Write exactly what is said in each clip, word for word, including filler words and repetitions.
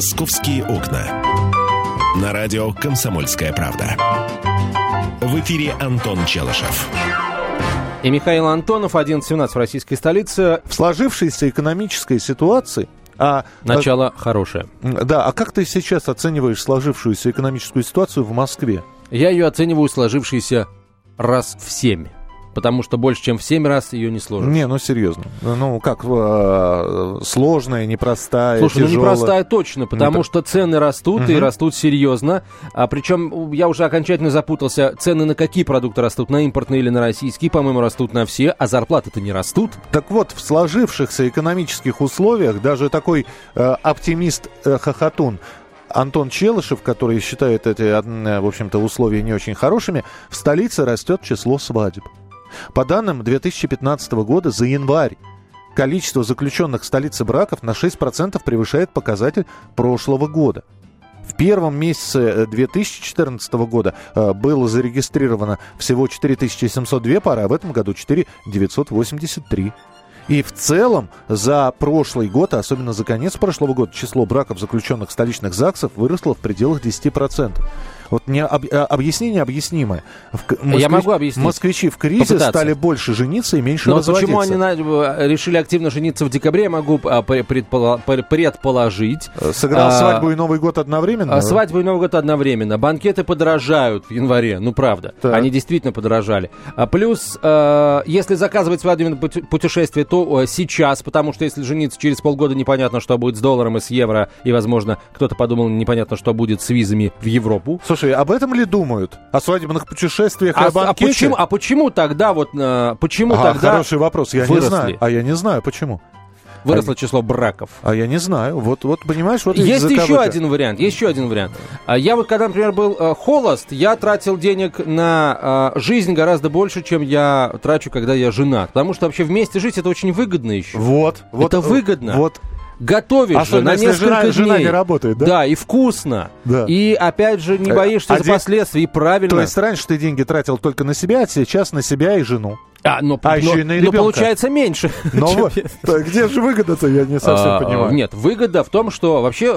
«Московские окна». На радио «Комсомольская правда». В эфире Антон Челышев. И Михаил Антонов, одиннадцать семнадцать в российской столице. В сложившейся экономической ситуации... А, Начало а, хорошее. Да, а как ты сейчас оцениваешь сложившуюся экономическую ситуацию в Москве? Я ее оцениваю сложившейся раз в семь. Потому что больше, чем в семь раз ее не сложишь. Не, ну серьезно. Ну как, э, сложная, непростая, Слушай, тяжелая. ну непростая точно, потому Не... что цены растут, угу. и растут серьезно. А, причем я уже окончательно запутался, цены на какие продукты растут, на импортные или на российские, по-моему, растут на все, а зарплаты-то не растут. Так вот, в сложившихся экономических условиях даже такой э, оптимист-хохотун, э, Антон Челышев, который считает эти, в общем-то, условия не очень хорошими, в столице растет число свадеб. По данным две тысячи пятнадцатого года, за январь количество заключенных в столице браков на шесть процентов превышает показатель прошлого года. В первом месяце две тысячи четырнадцатого года э, было зарегистрировано всего четыре тысячи семьсот две пары, а в этом году четыре тысячи девятьсот восемьдесят три. И в целом за прошлый год, а особенно за конец прошлого года, число браков, заключенных в столичных ЗАГСах, выросло в пределах десять процентов. Вот не об, объяснение объяснимо. Москвич, Я могу объяснить. Москвичи в кризис Попытаться. стали больше жениться и меньше Но разводиться. Но почему они на, решили активно жениться в декабре, я могу а, предполо, предположить. Сыграл а, свадьбу и Новый год одновременно? А, свадьбу и Новый год одновременно. Банкеты подорожают в январе, ну правда. Так. Они действительно подорожали. А, плюс, а, если заказывать свадебное путешествие, то а, сейчас, потому что если жениться через полгода, непонятно, что будет с долларом и с евро, и, возможно, кто-то подумал, непонятно, что будет с визами в Европу. Слушай, об этом ли думают? О свадебных путешествиях и а, о банкете? А почему, а почему тогда вот... А, почему а, тогда хороший вопрос, я выросли? не знаю. А я не знаю, почему. Выросло а, число браков. А я не знаю. Вот, вот понимаешь, вот есть еще один вариант. Есть еще один вариант. Я вот, когда, например, был э, холост, я тратил денег на э, жизнь гораздо больше, чем я трачу, когда я женат. Потому что вообще вместе жить это очень выгодно еще. Вот. вот это выгодно. Вот. Готовишь Особенно, же на несколько жена, дней. жена не работает, да? Да, и вкусно. Да. И, опять же, не боишься а за последствий, и правильно. То есть раньше ты деньги тратил только на себя, а сейчас на себя и жену. А, но, а но, еще и на ребенка. Но получается меньше. Но вот, где же выгода-то, я не совсем а, понимаю. Нет, выгода в том, что вообще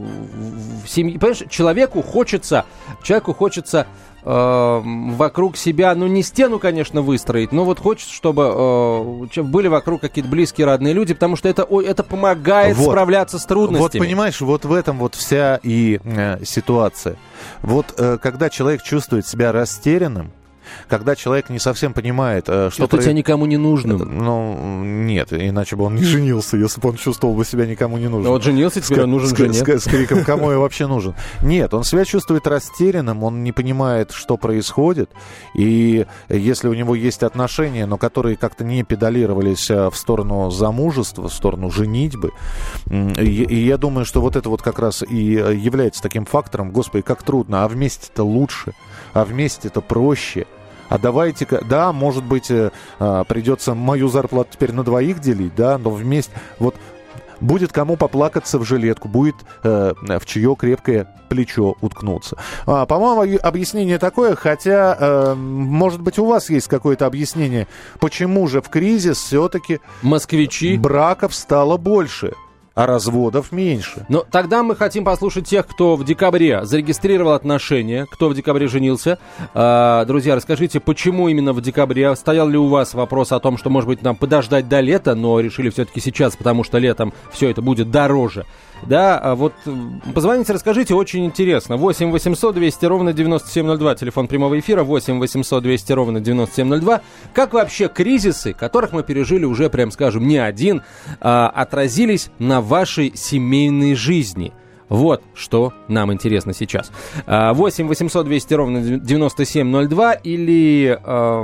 в семье, понимаешь, человеку хочется, человеку хочется э, вокруг себя, ну не стену, конечно, выстроить, но вот хочется, чтобы э, были вокруг какие-то близкие, родные люди, потому что это, это помогает вот. справляться с трудностями. Вот понимаешь, вот в этом вот вся и э, ситуация. Вот э, когда человек чувствует себя растерянным, когда человек не совсем понимает, что... Это про... тебя никому не нужно. Ну, нет, иначе бы он не женился, если бы он чувствовал бы себя никому не нужным. Ну, вот женился, теперь он нужен с, жене. С, с, с криком «Кому я вообще нужен?». Нет, он себя чувствует растерянным, он не понимает, что происходит. И если у него есть отношения, но которые как-то не педалировались в сторону замужества, в сторону женитьбы, и, и я думаю, что вот это вот как раз и является таким фактором. Господи, как трудно, а вместе-то лучше, а вместе-то проще. А давайте-ка, да, может быть, э, придется мою зарплату теперь на двоих делить, да, но вместе, вот, будет кому поплакаться в жилетку, будет э, в чье крепкое плечо уткнуться. А, по-моему, объяснение такое, хотя, э, может быть, у вас есть какое-то объяснение, почему же в кризис все-таки москвичи браков стало больше, а разводов меньше. Но тогда мы хотим послушать тех, кто в декабре зарегистрировал отношения, кто в декабре женился. А, друзья, расскажите, почему именно в декабре? Стоял ли у вас вопрос о том, что, может быть, нам подождать до лета, но решили все-таки сейчас, потому что летом все это будет дороже? Да, а вот позвоните, расскажите, очень интересно. восемь восемьсот двести ровно девяносто семь ноль два, телефон прямого эфира, восемь восемьсот двести ровно девяносто семь ноль два. Как вообще кризисы, которых мы пережили уже, прям скажем, не один, а, отразились на вашей семейной жизни? Вот что нам интересно сейчас. восемь восемьсот двести ровно девяносто семь ноль два или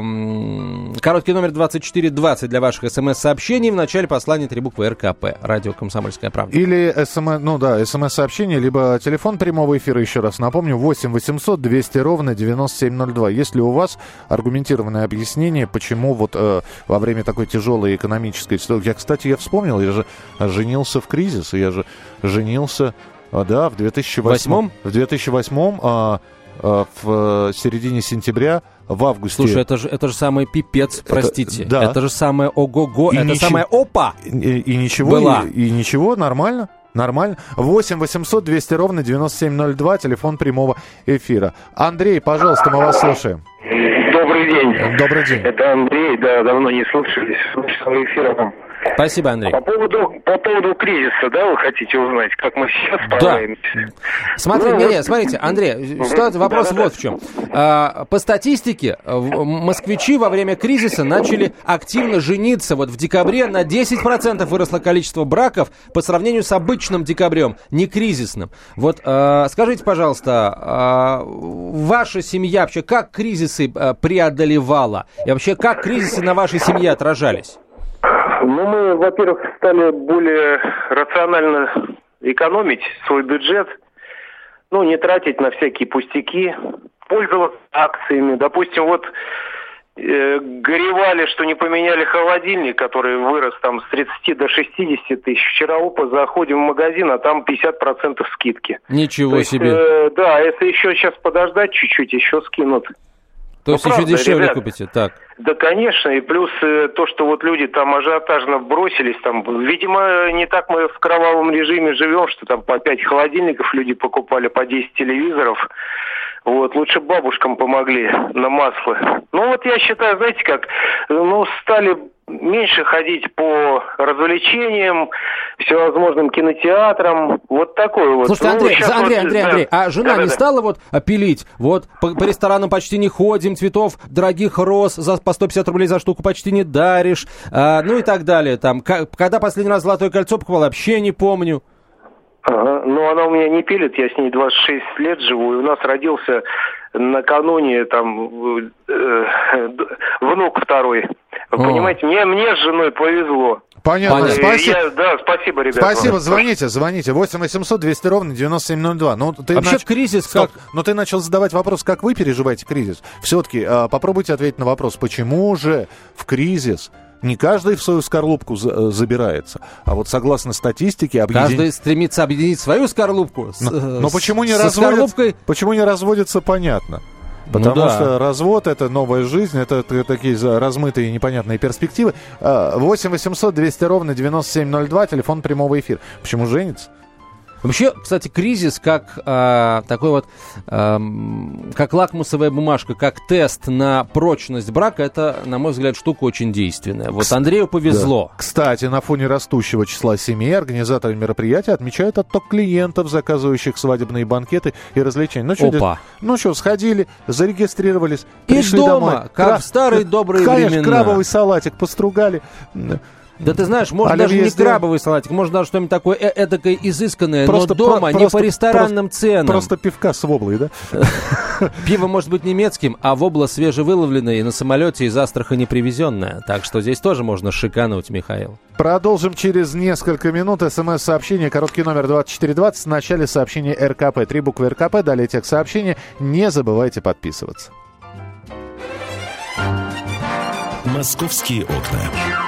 эм, короткий номер двадцать четыре двадцать для ваших смс-сообщений. В начале послания три буквы эр ка пэ. Радио «Комсомольская правда». Или смс, ну да, смс-сообщение, либо телефон прямого эфира, еще раз напомню, восемь восемьсот двести ровно девяносто семь ноль два. Есть ли у вас аргументированное объяснение, почему вот э, во время такой тяжелой экономической ситуации... Я, кстати, я вспомнил, я же женился в кризис, я же женился... Да, в две тысячи восьмом. В две тысячи восьмом, а, а, в середине сентября, в августе. Слушай, это же, это же самый пипец, простите. Это, да. это же самое ого-го, и это ничего, самое опа. И, и ничего, и, и ничего, нормально. Нормально. восемь восемьсот двести ровно девяносто семь ноль два, телефон прямого эфира. Андрей, пожалуйста, мы вас слушаем. Добрый день. Добрый день. Это Андрей, да, давно не слушались. Слушал эфира. Спасибо, Андрей. По поводу, по поводу кризиса, да, вы хотите узнать, как мы сейчас справляемся? Да. Смотри, ну, не, вот... не, смотрите, Андрей, ситуация, вопрос да, вот да. в чем. А, по статистике, москвичи во время кризиса начали активно жениться. Вот в декабре на десять процентов выросло количество браков по сравнению с обычным декабрем, не кризисным. Вот а, скажите, пожалуйста, а, ваша семья вообще как кризисы а, преодолевала? И вообще как кризисы на вашей семье отражались? Ну, мы, во-первых, стали более рационально экономить свой бюджет, ну, не тратить на всякие пустяки, пользоваться акциями. Допустим, вот э, горевали, что не поменяли холодильник, который вырос там с тридцати до шестидесяти тысяч. Вчера опа, заходим в магазин, а там пятьдесят процентов скидки. Ничего То себе. Есть, э, да, если еще сейчас подождать чуть-чуть, еще скинут. То ну, есть правда, еще дешевле ребят, купите, так? Да, конечно, и плюс э, то, что вот люди там ажиотажно бросились, там, видимо, не так мы в кровавом режиме живем, что там по пять холодильников люди покупали, по десять телевизоров. Вот, лучше бабушкам помогли на масло. Ну вот я считаю, знаете как, ну стали меньше ходить по развлечениям, всевозможным кинотеатрам, вот такой вот. Слушайте, Андрей, ну, Андрей, вот, Андрей, да. Андрей, а жена да, не да, стала да. вот пилить? Вот по, по ресторанам почти не ходим, цветов дорогих роз за, по сто пятьдесят рублей за штуку почти не даришь, а, ну и так далее. Там, к, когда последний раз золотое кольцо покупала, вообще не помню. Ага. Ну, она у меня не пилит, я с ней двадцать шесть лет живу, и у нас родился накануне там э, внук второй. Вы О. понимаете, мне, мне с женой повезло. Понятно, Понятно. спасибо. Я, да, спасибо, ребята. Спасибо, звоните, звоните. восемь восемьсот двести ровно девяносто семь ноль два. Ну, ты Вообще нач... кризис Стоп. как... Но ты начал задавать вопрос, как вы переживаете кризис. Все-таки а, попробуйте ответить на вопрос, почему же в кризис не каждый в свою скорлупку за, забирается, а вот согласно статистике... Объедин... Каждый стремится объединить свою скорлупку с, но, но с, почему не со разводится, скорлупкой... почему не разводится, понятно. Потому ну, да. что развод — это новая жизнь, это такие размытые и непонятные перспективы. восемь восемьсот двести ровно девяносто семь ноль два, телефон прямого эфира. Почему женится? Вообще, кстати, кризис как э, такой вот, э, как лакмусовая бумажка, как тест на прочность брака, это, на мой взгляд, штука очень действенная. Вот Андрею повезло. Да. Кстати, на фоне растущего числа семей организаторы мероприятия отмечают отток клиентов, заказывающих свадебные банкеты и развлечения. Ну что, ну что, сходили, зарегистрировались, и пришли дома, домой. как Кра... в старые добрые Конечно, времена. крабовый салатик постругали. Да ты знаешь, можно Оливье даже не сделал... крабовый салатик, можно даже что-нибудь такое э- эдакое изысканное, просто, но дома, про- не просто, по ресторанным просто, ценам. Просто пивка с воблой, да? Пиво может быть немецким, а вобла свежевыловленная и на самолете из Астрахани привезенная. Так что здесь тоже можно шикануть, Михаил. Продолжим через несколько минут. СМС-сообщение, короткий номер двадцать четыре двадцать. В начале сообщения РКП. Три буквы РКП, далее текст сообщения. Не забывайте подписываться. «Московские окна».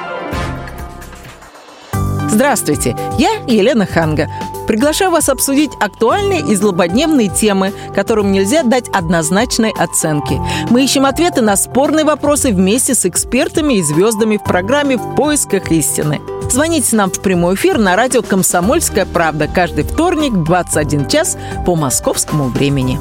Здравствуйте, я Елена Ханга. Приглашаю вас обсудить актуальные и злободневные темы, которым нельзя дать однозначной оценки. Мы ищем ответы на спорные вопросы вместе с экспертами и звездами в программе «В поисках истины». Звоните нам в прямой эфир на радио «Комсомольская правда» каждый вторник в двадцать один час по московскому времени.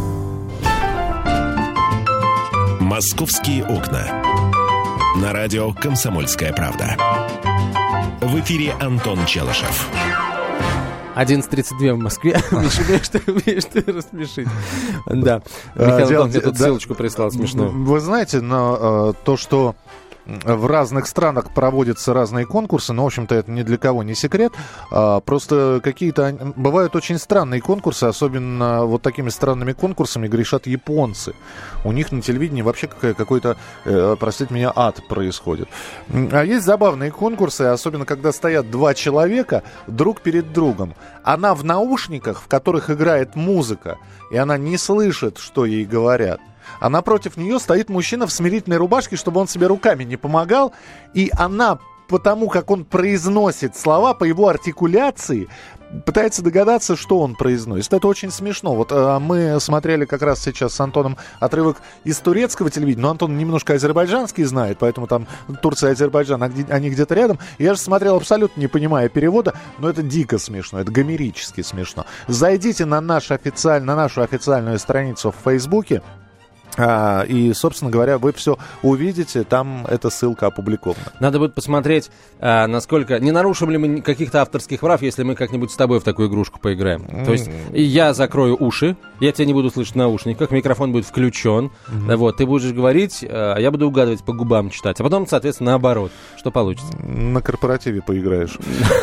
«Московские окна». На радио «Комсомольская правда». В эфире Антон Челышев. одиннадцать тридцать два в Москве. Миша, умеешь ты рассмешить. Да. Михаил мне тут ссылочку прислал смешную. Вы знаете, но то, что в разных странах проводятся разные конкурсы, но, в общем-то, это ни для кого не секрет. А, просто какие-то... Бывают очень странные конкурсы, особенно вот такими странными конкурсами грешат японцы. У них на телевидении вообще какой-то, э, простите меня, ад происходит. А есть забавные конкурсы, особенно когда стоят два человека друг перед другом. Она в наушниках, в которых играет музыка, и она не слышит, что ей говорят. А напротив нее стоит мужчина в смирительной рубашке, чтобы он себе руками не помогал. И она по тому, как он произносит слова, по его артикуляции, пытается догадаться, что он произносит. Это очень смешно. Вот э, мы смотрели как раз сейчас с Антоном отрывок из турецкого телевидения, но Антон немножко азербайджанский знает, поэтому там Турция и Азербайджан, они где-то рядом. Я же смотрел абсолютно не понимая перевода, но это дико смешно, это гомерически смешно. Зайдите на, наш официаль... на нашу официальную страницу в Фейсбуке, А, и, собственно говоря, вы все увидите, там эта ссылка опубликована. Надо будет посмотреть, а, насколько... Не нарушим ли мы каких-то авторских прав, если мы как-нибудь с тобой в такую игрушку поиграем. Mm-hmm. То есть я закрою уши, я тебя не буду слышать в наушниках, микрофон будет включен, mm-hmm. вот, ты будешь говорить, а я буду угадывать, по губам читать, а потом, соответственно, наоборот. Что получится? На корпоративе поиграешь.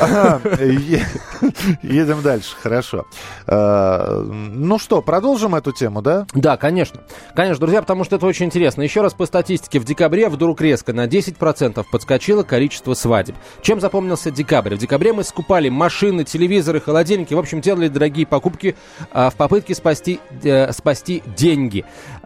Едем дальше, хорошо. Ну что, продолжим эту тему, да? Да, конечно. Конечно, друзья, потому что это очень интересно. Еще раз по статистике. В декабре вдруг резко на десять процентов подскочило количество свадеб. Чем запомнился декабрь? В декабре мы скупали машины, телевизоры, холодильники. В общем, делали дорогие покупки а, в попытке спасти, э, спасти деньги.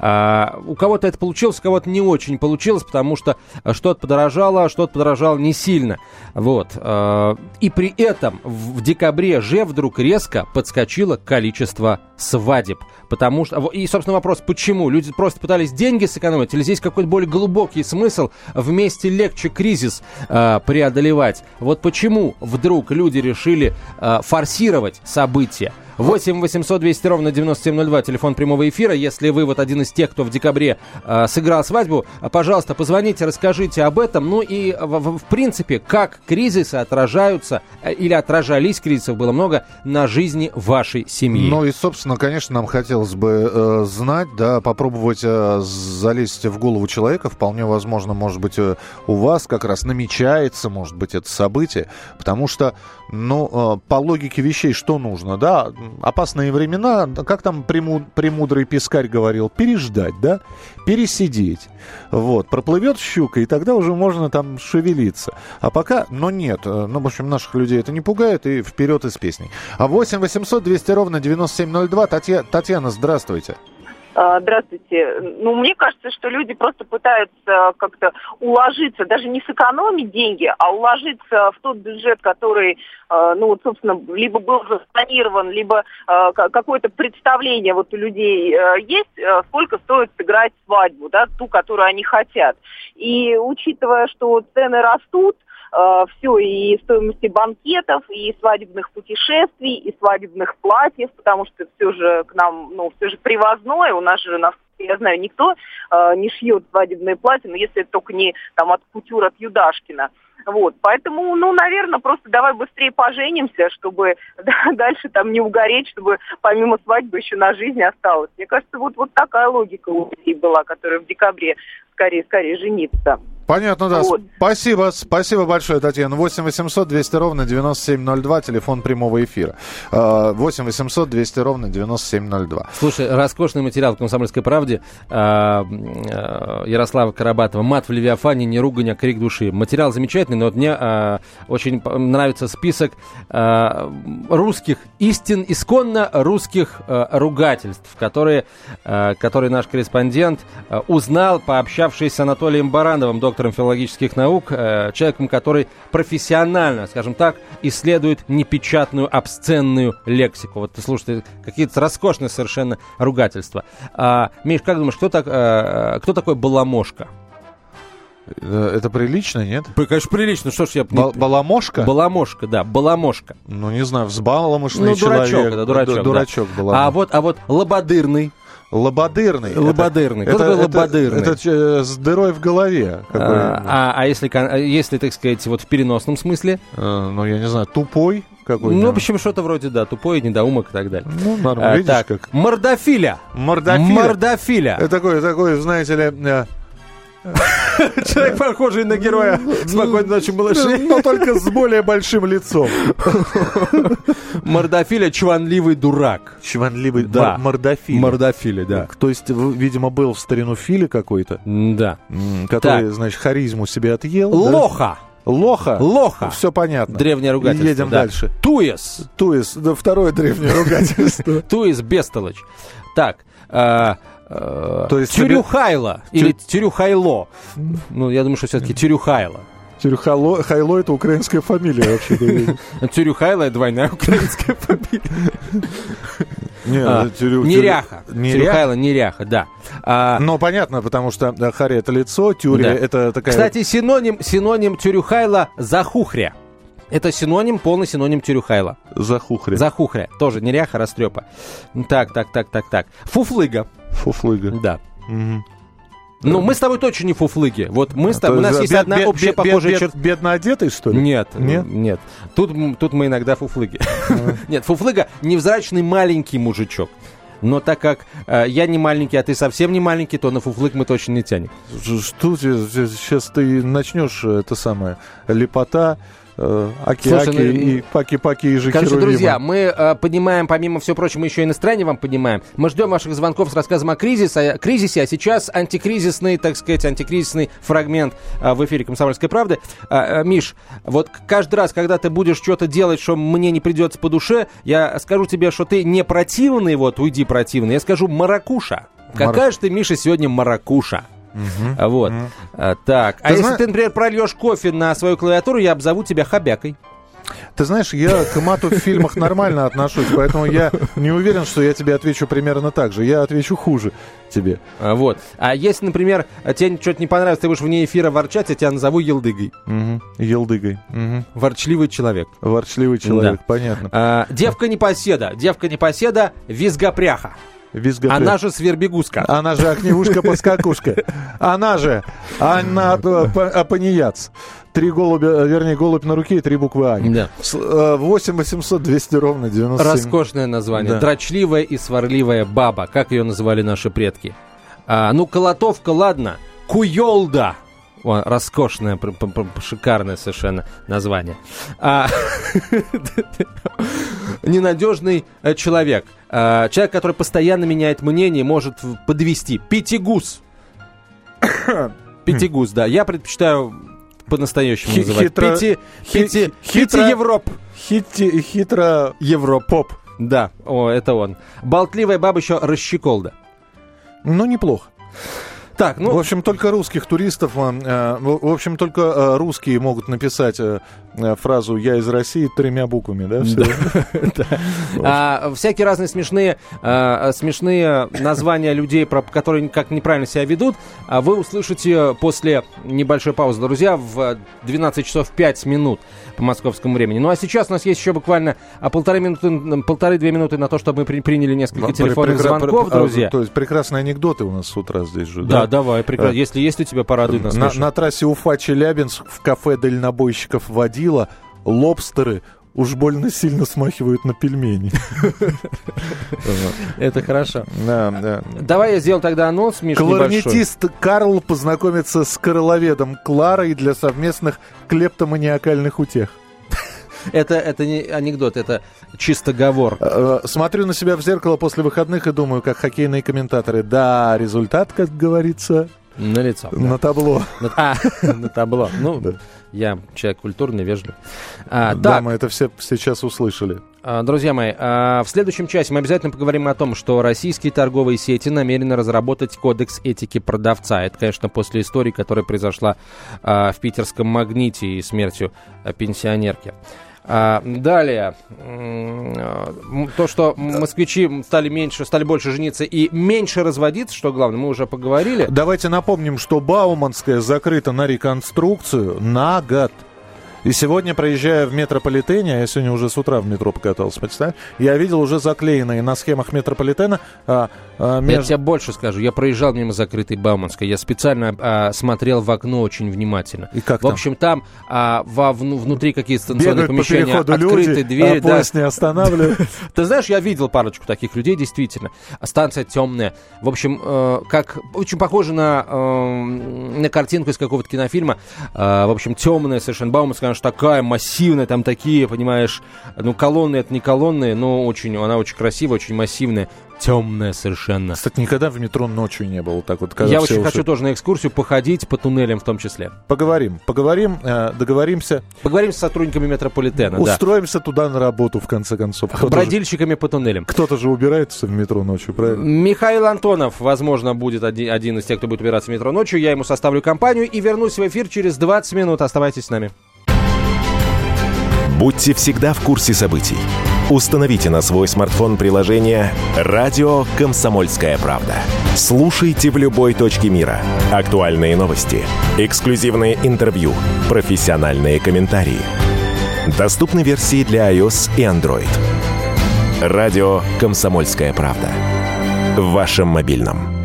А, у кого-то это получилось, у кого-то не очень получилось, потому что что-то подорожало, что-то подорожало не сильно. Вот. А, и при этом в, в декабре же вдруг резко подскочило количество свадеб. Потому что... И, собственно, вопрос, почему? Люди просто пытались деньги сэкономить, или здесь какой-то более глубокий смысл вместе легче кризис э, преодолевать? Вот почему вдруг люди решили э, форсировать события? восемь восемьсот двести ровно девяносто семь ноль два, телефон прямого эфира. Если вы вот один из тех, кто в декабре э, сыграл свадьбу, пожалуйста, позвоните, расскажите об этом. Ну и в, в, в принципе, как кризисы отражаются, э, или отражались, кризисов было много, на жизни вашей семьи. Ну и, собственно, конечно, нам хотелось бы э, знать, да, попробовать э, залезть в голову человека. Вполне возможно, может быть, э, у вас как раз намечается, может быть, это событие. Потому что, ну, э, по логике вещей, что нужно, да? Опасные времена, как там прему, премудрый пескарь говорил, переждать, да, пересидеть. Вот, проплывет щука, и тогда уже можно там шевелиться. А пока, но нет, ну, в общем, наших людей это не пугает, и вперед из песней. А восемь восемьсот двести ровно девяносто семь ноль два, Татья... Татьяна, здравствуйте. Здравствуйте. Ну, мне кажется, что люди просто пытаются как-то уложиться, даже не сэкономить деньги, а уложиться в тот бюджет, который, ну, вот, собственно, либо был запланирован, либо какое-то представление вот у людей есть, сколько стоит сыграть свадьбу, да, ту, которую они хотят. И учитывая, что цены растут, все, и стоимости банкетов, и свадебных путешествий, и свадебных платьев, потому что все же к нам, ну, все же привозное, у нас же, я знаю, никто э, не шьет свадебные платья, но если это только не там от кутюр, от Юдашкина. Вот, поэтому, ну, наверное, просто давай быстрее поженимся, чтобы дальше там не угореть, чтобы помимо свадьбы еще на жизнь осталось. Мне кажется, вот, вот такая логика у людей была, которая в декабре скорее-скорее жениться. Понятно, да. Вот. Спасибо, спасибо большое, Татьяна. восемь восемьсот двести ровно девяносто семь ноль два, телефон прямого эфира. восемь восемьсот двести ровно девяносто семь ноль два. Слушай, роскошный материал в «Комсомольской правде» Ярослава Карабатова. «Мат в Левиафане, не ругань, а крик души». Материал замечательный, но вот мне а, очень нравится список а, русских, истин, исконно русских а, ругательств, которые, а, которые наш корреспондент а, узнал, пообщавшись с Анатолием Барановым, доктором филологических наук, э, человеком, который профессионально, скажем так, исследует непечатную обсценную лексику. Вот ты слушай, какие-то роскошные совершенно ругательства. А, Миш, как думаешь, кто, так, э, кто такой Баламошка? Это прилично, нет? Конечно, прилично. Что ж я... Бал- Баламошка? Баламошка, да, Баламошка. Ну, не знаю, взбаламошный ну, человек. Дурачок, да, дурачок. Д- дурачок да. Баламошка. А вот, а вот Лободырный. Лободырный. Лободырный. Это, Кто это, такой Лободырный? Это, это, это с дырой в голове. А, а, а если, если, так сказать, вот в переносном смысле? А, ну, я не знаю, тупой какой-то? Ну, в общем, что-то вроде, да, тупой, недоумок и так далее. Ну, нормально, а, видишь так, как? Мордофиля. Мордофиля. Мордофиля. Это такой, такой, знаете ли... Человек, похожий на героя «Спокойной ночи, малыши». Но только с более большим лицом. Мордофиля — чванливый дурак. Чванливый, да. Мордофиля. Мордофиля, да. То есть, видимо, был в старину Фили какой-то. Да. Который, значит, харизму себе отъел. Лоха. Лоха? Лоха. Все понятно. Древнее ругательство. Едем да. дальше. Туес. Туес. Да, второе древнее ругательство. Туес бестолочь. Так. То есть Тюрюхайло. Или Тюрюхайло. Ну, я думаю, что все-таки Тюрюхайло. Тюрюхайло — это украинская фамилия вообще. Тюрюхайло — двойная украинская фамилия. Не, тюрю, неряха. Неря... Тюрюхайло неряха, да. А... Но понятно, потому что Харя — это лицо, Тюря да. — это такая... Кстати, синоним, синоним Тюрюхайло — захухря. Это синоним, полный синоним Тюрюхайло. Захухря. Захухря. Тоже неряха, растрепа. Так, так, так, так, так. Фуфлыга. Фуфлыга. Да. Угу. Ну, мы с тобой точно не фуфлыги. Вот мы с тобой, у нас есть бед, одна бед, общая бед, похожая бед, черта. Бедно одетый, что ли? Нет, нет. нет. Тут, тут мы иногда фуфлыги. Нет, фуфлыга — невзрачный маленький мужичок. Но так как э, я не маленький, а ты совсем не маленький, то на фуфлык мы точно не тянем. Что сейчас ты начнешь, это самое, лепота... Аки-аки Слушай, ну, и паки-паки и же короче, херувимы. друзья, мы э, поднимаем, помимо всего прочего, мы еще и настроение вам поднимаем. Мы ждем ваших звонков с рассказом о кризисе, о кризисе, а сейчас антикризисный, так сказать, антикризисный фрагмент э, в эфире «Комсомольской правды». Э, э, Миш, вот каждый раз, когда ты будешь что-то делать, что мне не придется по душе, я скажу тебе, что ты не противный, вот, уйди противный, я скажу маракуша. Мар... Какая же ты, Миша, сегодня маракуша? Uh-huh. Вот. Uh-huh. А, так. А ты если зна... ты, например, прольешь кофе на свою клавиатуру, я обзову тебя хобякой. Ты знаешь, я к мату в фильмах нормально отношусь, поэтому я не уверен, что я тебе отвечу примерно так же. Я отвечу хуже тебе. А, вот. А если, например, тебе что-то не понравится, ты будешь вне эфира ворчать, я тебя назову елдыгой. Угу. Елдыгой. Угу. Ворчливый человек. Ворчливый человек, да. Понятно. А, девка-непоседа. Девка-непоседа — визгопряха. Визгопряха. Она же свербегуска. Она же огневушка-поскакушка. Она же Анна Апанияц. Три голубя, вернее, голубь на руке и три буквы А. Да. восемь восемьсот двести ровно девяносто семь. Роскошное название. Да. Дрочливая и сварливая баба. Как ее называли наши предки. А, ну, колотовка, ладно. Куёлда. О, роскошное, шикарное совершенно название. А, ненадежный человек. А, человек, который постоянно меняет мнение, может подвести. Пятигуз. Пятигуз, да. Я предпочитаю по-настоящему называть. Хитро, Пяти, хи, пяти, хитро, пяти Европ. Хити, хитро Европоп. Да, о, это он. Болтливая баба еще расщеколда. Ну, неплохо. Так, ну... В общем, только русских туристов, э, в общем, только э, русские могут написать э, фразу «Я из России» тремя буквами, да? Да. А, всякие разные смешные, а, смешные названия людей, про, которые как неправильно себя ведут, а вы услышите после небольшой паузы, друзья, в двенадцать часов пять минут по московскому времени. Ну а сейчас у нас есть еще буквально полторы минуты, полторы-две минуты на то, чтобы мы при, приняли несколько телефонных Прекра... звонков, друзья. То есть прекрасные анекдоты у нас с утра здесь же, да? Да, давай, прекрасно. Если есть у тебя, порадуй нас. На, на трассе Уфа-Челябинск в кафе дальнобойщиков водила лобстеры уж больно сильно смахивают на пельмени. Это хорошо. Да, да. Давай я сделаю тогда анонс, Миша, небольшой. Кларнетист Карл познакомится с короловедом Кларой для совместных клептоманиакальных утех. Это, это не анекдот, это чисто говор. Смотрю на себя в зеркало после выходных и думаю, как хоккейные комментаторы. Да, результат, как говорится... На лицо. На да. табло. На, а, на табло. Ну, да. Я человек культурный, вежливый. А, да, так. мы это все сейчас услышали. А, друзья мои, а, в следующем часе мы обязательно поговорим о том, что российские торговые сети намерены разработать кодекс этики продавца. Это, конечно, после истории, которая произошла а, в питерском «Магните» и смертью а, пенсионерки. А, далее, то, что москвичи стали меньше, стали больше жениться и меньше разводиться, что главное, мы уже поговорили. Давайте напомним, что Бауманская закрыта на реконструкцию на год. И сегодня, проезжая в метрополитене, я сегодня уже с утра в метро покатался, представь, я видел уже заклеенные на схемах метрополитена... А, а, между... Я тебе больше скажу, я проезжал мимо закрытой Бауманской, я специально а, смотрел в окно очень внимательно. И как в общем, там, там а, во, вну, внутри какие-то станционные помещения, открыты люди, двери. А поезд не останавливают. Ты знаешь, я видел парочку таких людей, действительно. Станция темная. В общем, как очень похоже на, на картинку из какого-то кинофильма. В общем, темная совершенно Бауманская, она же такая массивная, там такие, понимаешь, ну, колонны это не колонны, но очень, она очень красивая, очень массивная, темная совершенно. Кстати, никогда в метро ночью не было так вот. Я очень уши... хочу тоже на экскурсию походить по туннелям в том числе. Поговорим, поговорим, э, договоримся. Поговорим с сотрудниками метрополитена, Устроимся да. туда на работу, в конце концов. Кто-то бродильщиками же, по туннелям. Кто-то же убирается в метро ночью, правильно? Михаил Антонов, возможно, будет один, один из тех, кто будет убираться в метро ночью. Я ему составлю компанию и вернусь в эфир через двадцать минут. Оставайтесь с нами. Будьте всегда в курсе событий. Установите на свой смартфон приложение «Радио Комсомольская правда». Слушайте в любой точке мира. Актуальные новости, эксклюзивные интервью, профессиональные комментарии. Доступны версии для iOS и Android. «Радио Комсомольская правда». В вашем мобильном.